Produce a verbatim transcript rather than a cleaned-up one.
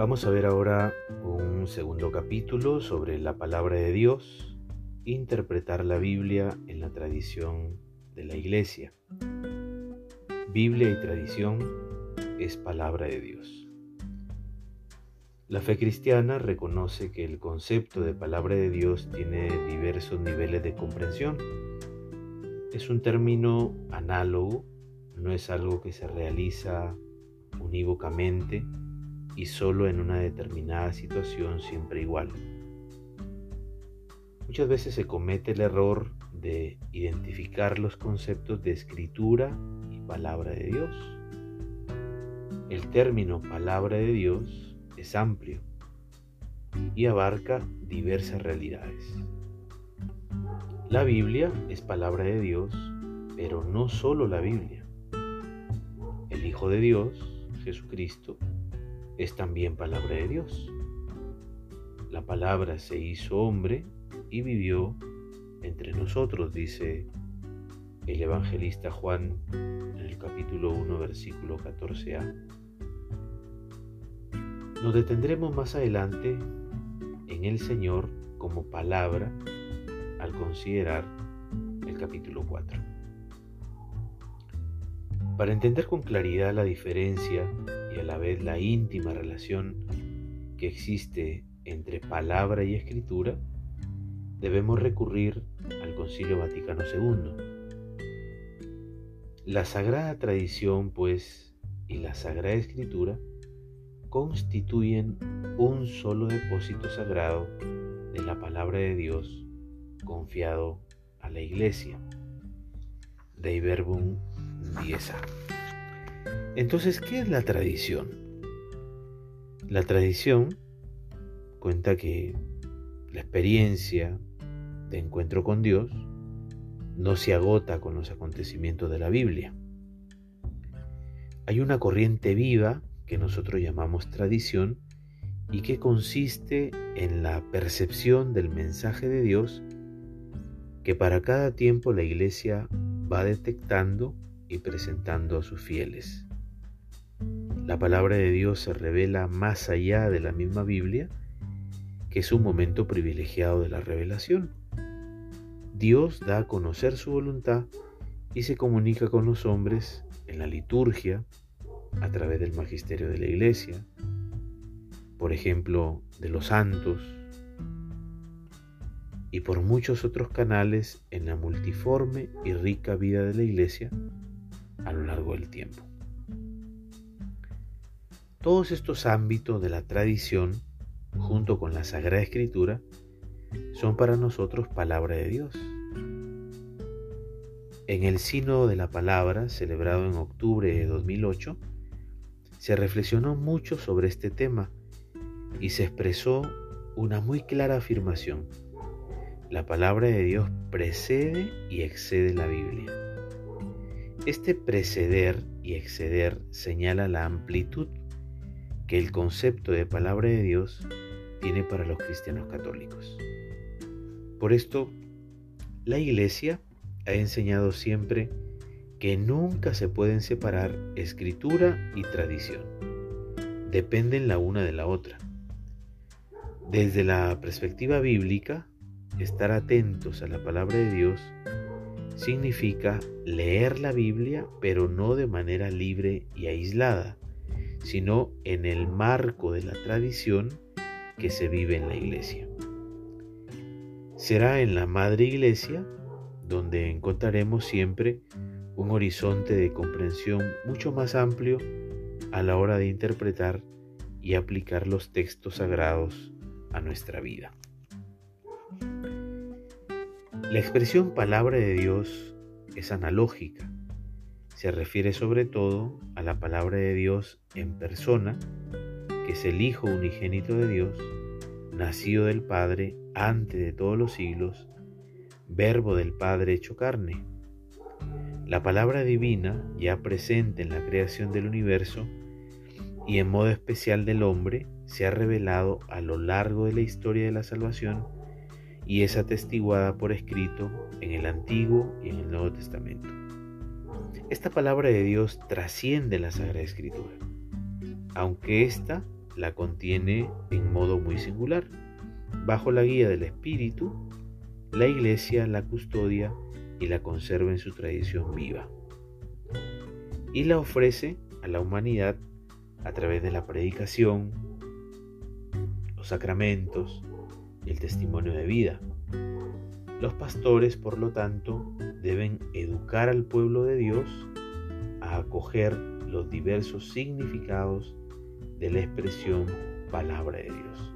Vamos a ver ahora un segundo capítulo sobre la palabra de Dios, interpretar la Biblia en la tradición de la Iglesia. Biblia y tradición es palabra de Dios. La fe cristiana reconoce que el concepto de palabra de Dios tiene diversos niveles de comprensión. Es un término análogo, no es algo que se realiza unívocamente y solo en una determinada situación siempre igual. Muchas veces se comete el error de identificar los conceptos de escritura y palabra de Dios. El término palabra de Dios es amplio y abarca diversas realidades. La Biblia es palabra de Dios, pero no solo la Biblia. El Hijo de Dios, Jesucristo, es también palabra de Dios. La palabra se hizo hombre y vivió entre nosotros, dice el evangelista Juan en el capítulo uno, versículo catorce a. Nos detendremos más adelante en el Señor como palabra al considerar el capítulo cuatro. Para entender con claridad la diferencia y a la vez la íntima relación que existe entre palabra y escritura, debemos recurrir al Concilio Vaticano segundo. La Sagrada Tradición, pues, y la Sagrada Escritura constituyen un solo depósito sagrado de la palabra de Dios confiado a la Iglesia. Dei Verbum Diesa. Entonces, ¿qué es la tradición? La tradición cuenta que la experiencia de encuentro con Dios no se agota con los acontecimientos de la Biblia. Hay una corriente viva que nosotros llamamos tradición y que consiste en la percepción del mensaje de Dios que para cada tiempo la Iglesia va detectando y presentando a sus fieles. La palabra de Dios se revela más allá de la misma Biblia, que es un momento privilegiado de la revelación. Dios da a conocer su voluntad y se comunica con los hombres en la liturgia, a través del magisterio de la Iglesia, por ejemplo, de los santos, y por muchos otros canales en la multiforme y rica vida de la Iglesia a lo largo del tiempo. Todos estos ámbitos de la tradición, junto con la Sagrada Escritura, son para nosotros palabra de Dios. En el Sínodo de la Palabra, celebrado en octubre de dos mil ocho, se reflexionó mucho sobre este tema y se expresó una muy clara afirmación. La palabra de Dios precede y excede la Biblia. Este preceder y exceder señala la amplitud que el concepto de palabra de Dios tiene para los cristianos católicos. Por esto, la Iglesia ha enseñado siempre que nunca se pueden separar escritura y tradición. Dependen la una de la otra. Desde la perspectiva bíblica, estar atentos a la palabra de Dios significa leer la Biblia, pero no de manera libre y aislada, sino en el marco de la tradición que se vive en la Iglesia. Será en la Madre Iglesia donde encontraremos siempre un horizonte de comprensión mucho más amplio a la hora de interpretar y aplicar los textos sagrados a nuestra vida. La expresión palabra de Dios es analógica. Se refiere sobre todo a la palabra de Dios en persona, que es el Hijo unigénito de Dios, nacido del Padre antes de todos los siglos, Verbo del Padre hecho carne. La palabra divina, ya presente en la creación del universo y en modo especial del hombre, se ha revelado a lo largo de la historia de la salvación y es atestiguada por escrito en el Antiguo y en el Nuevo Testamento. Esta palabra de Dios trasciende la Sagrada Escritura, aunque ésta la contiene en modo muy singular. Bajo la guía del Espíritu, la Iglesia la custodia y la conserva en su tradición viva. Y la ofrece a la humanidad a través de la predicación, los sacramentos y el testimonio de vida. Los pastores, por lo tanto, deben educar al pueblo de Dios a acoger los diversos significados de la expresión palabra de Dios.